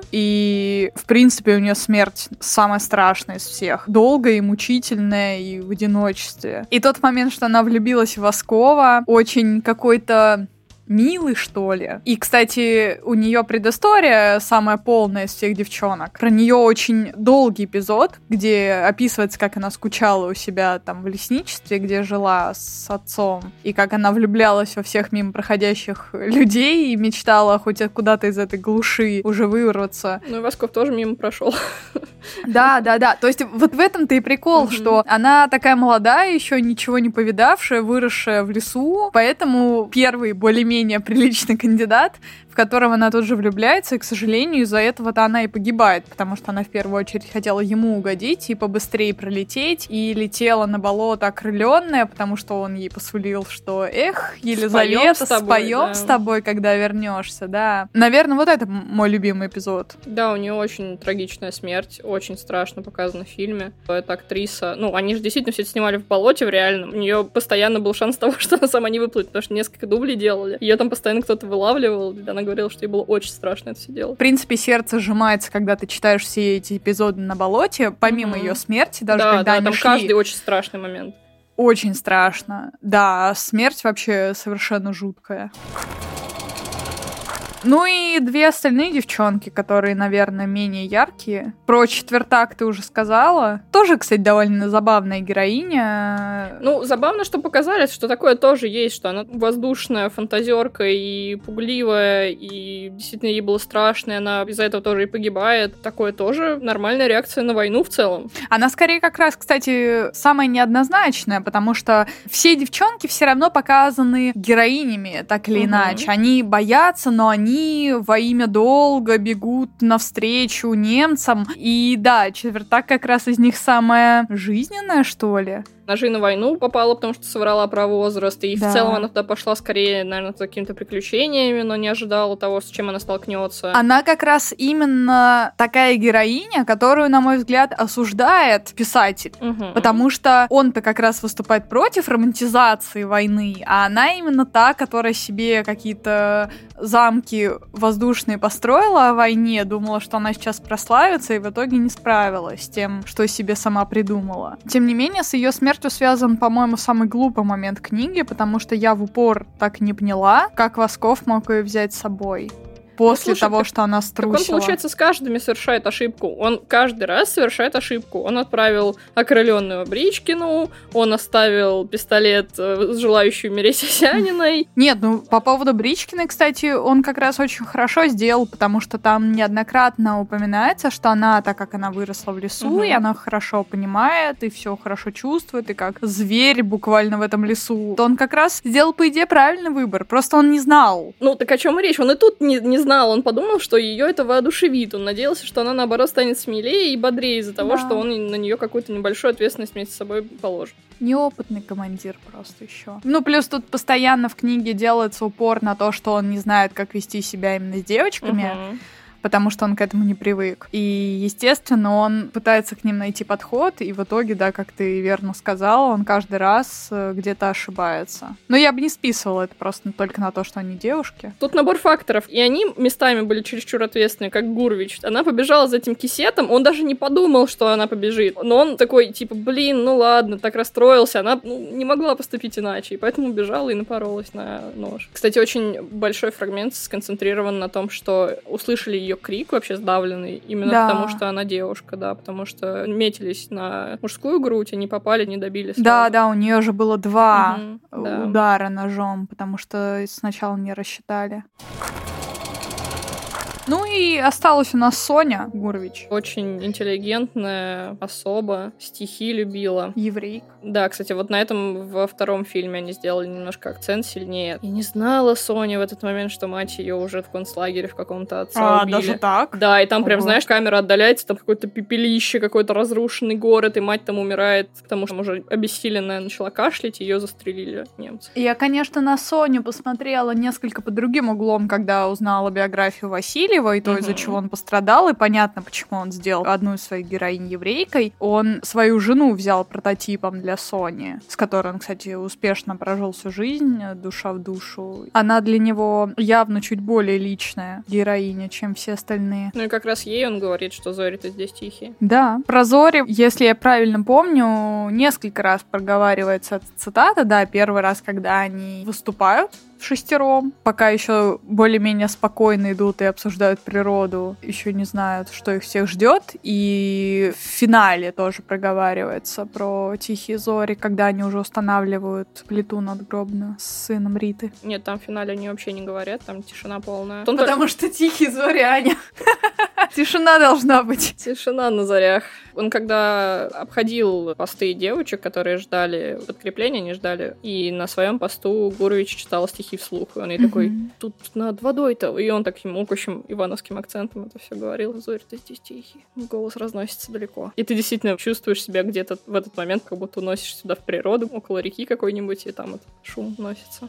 И, в принципе, у нее смерть самая страшная из всех. Долгая и мучительная, и в одиночестве. И тот момент, что она влюбилась в Воскова, очень какой-то милый, что ли. И, кстати, у нее предыстория самая полная из всех девчонок. Про нее очень долгий эпизод, где описывается, как она скучала у себя там в лесничестве, где жила с отцом, и как она влюблялась во всех мимо проходящих людей и мечтала хоть куда-то из этой глуши уже вырваться. Ну и Восков тоже мимо прошел. Да, да, да. То есть вот в этом-то и прикол, mm-hmm. что она такая молодая, еще ничего не повидавшая, выросшая в лесу, поэтому первый более-менее приличный кандидат, в котором она тут же влюбляется, и, к сожалению, из-за этого-то она и погибает, потому что она в первую очередь хотела ему угодить и побыстрее пролететь, и летела на болото окрыленная, потому что он ей посулил, что эх, Елизавета, споем с тобой, споем да. с тобой, когда вернешься, да. Наверное, вот это мой любимый эпизод. Да, у нее очень трагичная смерть, очень страшно показано в фильме. Эта актриса, ну, они же действительно все это снимали в болоте в реальном, у нее постоянно был шанс того, что она сама не выплывет, потому что несколько дублей делали. Ее там постоянно кто-то вылавливал, она говорила, что ей было очень страшно это все делать. В принципе, сердце сжимается, когда ты читаешь все эти эпизоды на болоте, помимо mm-hmm. ее смерти, даже да, когда да, они там шли... каждый очень страшный момент. Очень страшно. Да, смерть вообще совершенно жуткая. Ну и две остальные девчонки, которые, наверное, менее яркие. Про Четвертак ты уже сказала. Тоже, кстати, довольно забавная героиня. Ну, забавно, что показали, что такое тоже есть, что она воздушная, фантазерка и пугливая, и действительно ей было страшно, и она из-за этого тоже и погибает. Такое тоже нормальная реакция на войну в целом. Она скорее как раз, кстати, самая неоднозначная, потому что все девчонки все равно показаны героинями, так или угу. иначе. Они боятся, но они во имя долга бегут навстречу немцам. И да, Четвертак как раз из них самая жизненная, что ли. Она же и на войну попала, потому что соврала про возраст, и да. в целом она туда пошла скорее, наверное, с какими-то приключениями, но не ожидала того, с чем она столкнется. Она как раз именно такая героиня, которую, на мой взгляд, осуждает писатель, угу. потому что он-то как раз выступает против романтизации войны, а она именно та, которая себе какие-то замки воздушные построила о войне, думала, что она сейчас прославится, и в итоге не справилась с тем, что себе сама придумала. Тем не менее, с ее смертью связан, по-моему, самый глупый момент книги, потому что я в упор так не поняла, как Восков мог ее взять с собой. После ну, слушай, того, так, что она струсила. Так он, получается, с каждыми совершает ошибку. Он каждый раз совершает ошибку. Он отправил окрыленную Бричкину, он оставил пистолет с желающей умереть Осяниной. Нет, ну, по поводу Бричкиной, кстати, он как раз очень хорошо сделал, потому что там неоднократно упоминается, что она, так как она выросла в лесу, угу. и она хорошо понимает, и все хорошо чувствует, и как зверь буквально в этом лесу, то он как раз сделал, по идее, правильный выбор. Просто он не знал. Ну, так о чем и речь? Он и тут не, не знал, он подумал, что ее это воодушевит. Он надеялся, что она, наоборот, станет смелее и бодрее из-за того, да. что он на нее какую-то небольшую ответственность вместе с собой положит. Неопытный командир просто еще. Ну, плюс тут постоянно в книге делается упор на то, что он не знает, как вести себя именно с девочками. Uh-huh. потому что он к этому не привык. И, естественно, он пытается к ним найти подход, и в итоге, да, как ты верно сказала, он каждый раз где-то ошибается. Но я бы не списывала это просто только на то, что они девушки. Тут набор факторов, и они местами были чересчур ответственны, как Гурвич. Она побежала за этим кисетом, он даже не подумал, что она побежит. Но он такой, типа, блин, ну ладно, так расстроился. Она ну, не могла поступить иначе, и поэтому бежала и напоролась на нож. Кстати, очень большой фрагмент сконцентрирован на том, что услышали ее крик вообще сдавленный, именно да. потому, что она девушка, да, потому что метились на мужскую грудь, и не попали, не добили сразу. Да, да, у нее же было два угу, да. удара ножом, потому что сначала не рассчитали. Ну и осталась у нас Соня Гурвич. Очень интеллигентная особа, стихи любила. Еврейка. Да, кстати, вот на этом во втором фильме они сделали немножко акцент сильнее. И не знала Соня в этот момент, что мать ее уже в концлагере в каком-то отца а, убили. даже так? Да, и там Ого. прям, знаешь, камера отдаляется, там какое-то пепелище, какой-то разрушенный город, и мать там умирает, потому что уже обессиленная начала кашлять, ее застрелили немцы. Я, конечно, на Соню посмотрела несколько под другим углом, когда узнала биографию Василия, и то, из-за чего он пострадал, и понятно, почему он сделал одну из своих героинь еврейкой. Он свою жену взял прототипом для Сони, с которой он, кстати, успешно прожил всю жизнь, душа в душу. Она для него явно чуть более личная героиня, чем все остальные. Ну и как раз ей он говорит, что Зори-то здесь тихий. Да. Про Зори, если я правильно помню, несколько раз проговаривается цитата, да, первый раз, когда они выступают шестером, пока еще более-менее спокойно идут и обсуждают природу, еще не знают, что их всех ждет. И в финале тоже проговаривается про тихие зори, когда они уже устанавливают плиту надгробную с сыном Риты. Нет, там в финале они вообще не говорят, там тишина полная. Потому что тихие зори, Аня. Тишина должна быть. Тишина на зарях. Он когда обходил посты девочек, которые ждали подкрепления, не ждали, и на своем посту Гурвич читал стихи вслух. И он ей mm-hmm. такой, тут над водой-то. И он таким укущим ивановским акцентом это все говорил. Зори-то здесь тихий. Голос разносится далеко. И ты действительно чувствуешь себя где-то в этот момент, как будто уносишь сюда в природу, около реки какой-нибудь, и там этот шум носится.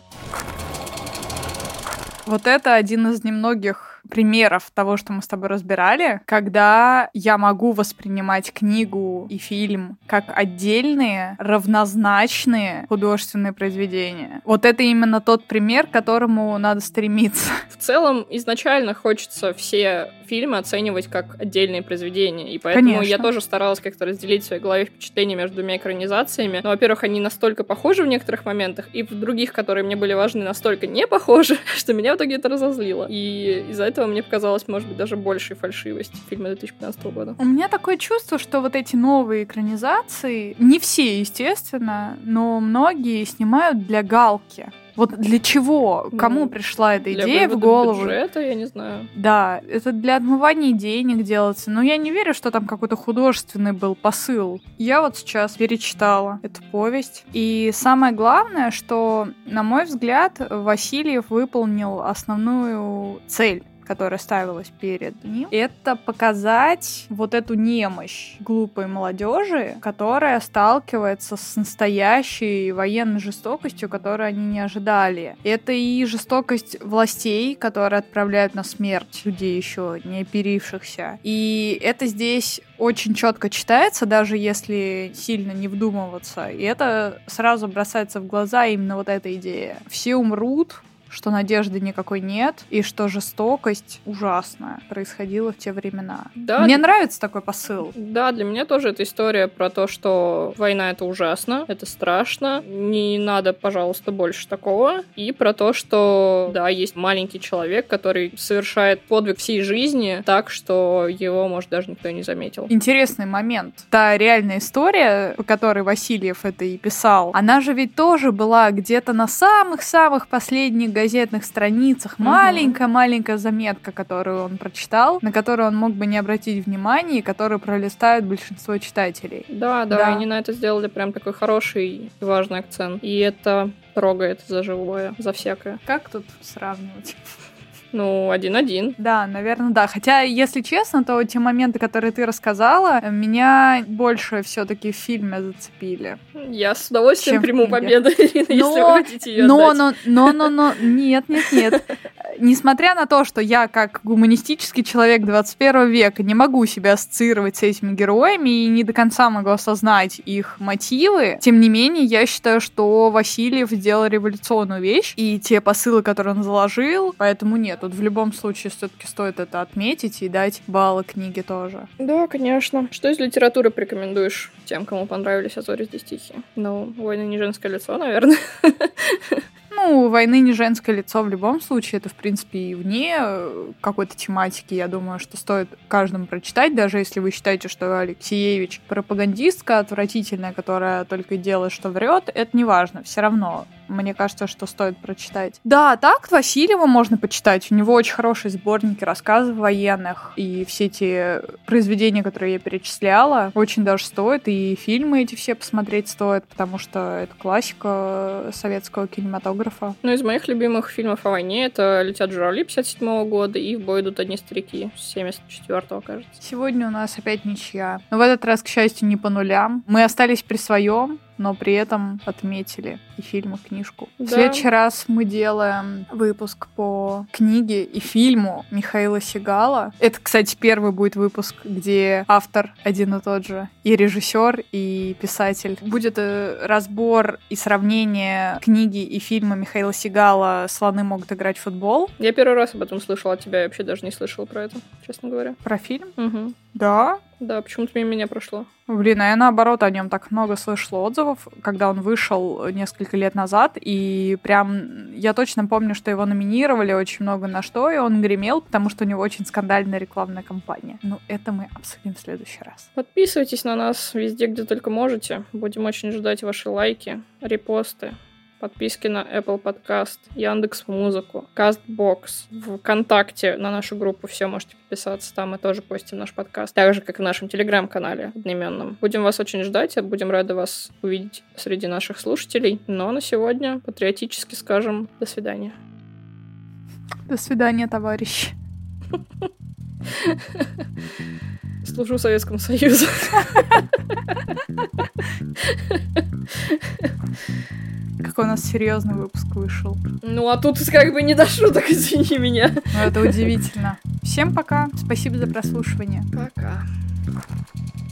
Вот это один из немногих примеров того, что мы с тобой разбирали, когда я могу воспринимать книгу и фильм как отдельные, равнозначные художественные произведения. Вот это именно тот пример, к которому надо стремиться. В целом, изначально хочется все фильмы оценивать как отдельные произведения, и поэтому Конечно. Я тоже старалась как-то разделить в своей голове впечатления между двумя экранизациями. Но, во-первых, они настолько похожи в некоторых моментах, и в других, которые мне были важны, настолько не похожи, что меня в итоге это разозлило. И из-за этого мне показалось, может быть, даже большей фальшивости фильма две тысячи пятнадцатого года. У меня такое чувство, что вот эти новые экранизации, не все, естественно, но многие снимают для галки. Вот для чего? Кому ну, пришла эта идея в голову? Для бюджета, я не знаю. Да, это для отмывания денег делается. Но я не верю, что там какой-то художественный был посыл. Я вот сейчас перечитала эту повесть. И самое главное, что, на мой взгляд, Васильев выполнил основную цель, которая ставилась перед ним, это показать вот эту немощь глупой молодежи, которая сталкивается с настоящей военной жестокостью, которую они не ожидали. Это и жестокость властей, которые отправляют на смерть людей еще не оперившихся. И это здесь очень четко читается, даже если сильно не вдумываться. И это сразу бросается в глаза именно вот эта идея. Все умрут, что надежды никакой нет, и что жестокость ужасная происходила в те времена. Да, мне нравится такой посыл. Да, для меня тоже эта история про то, что война — это ужасно, это страшно, не надо, пожалуйста, больше такого, и про то, что, да, есть маленький человек, который совершает подвиг всей жизни так, что его, может, даже никто не заметил. Интересный момент. Та реальная история, по которой Васильев это и писал, она же ведь тоже была где-то на самых-самых последних газетных страницах, угу. маленькая-маленькая заметка, которую он прочитал, на которую он мог бы не обратить внимания, и которую пролистают большинство читателей. Да, да, да, они на это сделали прям такой хороший и важный акцент. И это трогает за живое, за всякое. Как тут сравнивать? Ну, один-один. Да, наверное, да. Хотя, если честно, то те моменты, которые ты рассказала, меня больше все-таки в фильме зацепили. Я с удовольствием приму победу, Ирина, но, если вы хотите ее но, отдать. Но, но, но, но, нет, нет, нет. несмотря на то, что я как гуманистический человек двадцать первого века не могу себя ассоциировать с этими героями и не до конца могу осознать их мотивы, тем не менее, я считаю, что Васильев сделал революционную вещь, и те посылы, которые он заложил, поэтому нет, тут в любом случае все-таки стоит это отметить и дать баллы книге тоже. Да, конечно. Что из литературы порекомендуешь тем, кому понравились «А зори здесь тихие»? Ну, «Война не женское лицо», наверное. Ну, «Войны не женское лицо» в любом случае, это, в принципе, и вне какой-то тематики, я думаю, что стоит каждому прочитать, даже если вы считаете, что Алексеевич пропагандистка отвратительная, которая только делает, что врет, это не важно, все равно. Мне кажется, что стоит прочитать. Да, так, Васильева можно почитать. У него очень хорошие сборники рассказов военных. И все эти произведения, которые я перечисляла, очень даже стоит. И фильмы эти все посмотреть стоит, потому что это классика советского кинематографа. Ну, из моих любимых фильмов о войне это «Летят журавли» пятьдесят седьмого года и «В бой идут одни старики» семьдесят четвёртого, кажется. Сегодня у нас опять ничья. Но в этот раз, к счастью, не по нулям. Мы остались при своем, но при этом отметили и фильм, и книжку. Да. В следующий раз мы делаем выпуск по книге и фильму Михаила Сигала. Это, кстати, первый будет выпуск, где автор один и тот же, и режиссер, и писатель. Будет разбор и сравнение книги и фильма Михаила Сигала «Слоны могут играть в футбол». Я первый раз об этом слышала от тебя, я вообще даже не слышала про это, честно говоря. Про фильм? Угу. Да? Да, почему-то мимо меня прошло. Блин, а я наоборот о нем так много слышала отзывов, когда он вышел несколько лет назад, и прям я точно помню, что его номинировали очень много на что, и он гремел, потому что у него очень скандальная рекламная кампания. Ну, это мы обсудим в следующий раз. Подписывайтесь на нас везде, где только можете. Будем очень ждать ваши лайки, репосты. Подписки на Apple Podcast, Яндекс.Музыку, Castbox, ВКонтакте на нашу группу все можете подписаться, там мы тоже постим наш подкаст, так же, как и в нашем Телеграм-канале одноименном. Будем вас очень ждать, будем рады вас увидеть среди наших слушателей, но на сегодня патриотически скажем до свидания. До свидания, товарищи. Служу Советскому Союзу. Какой у нас серьезный выпуск вышел. Ну, а тут как бы не до шуток, извини меня. Ну, это удивительно. Всем пока. Спасибо за прослушивание. Пока.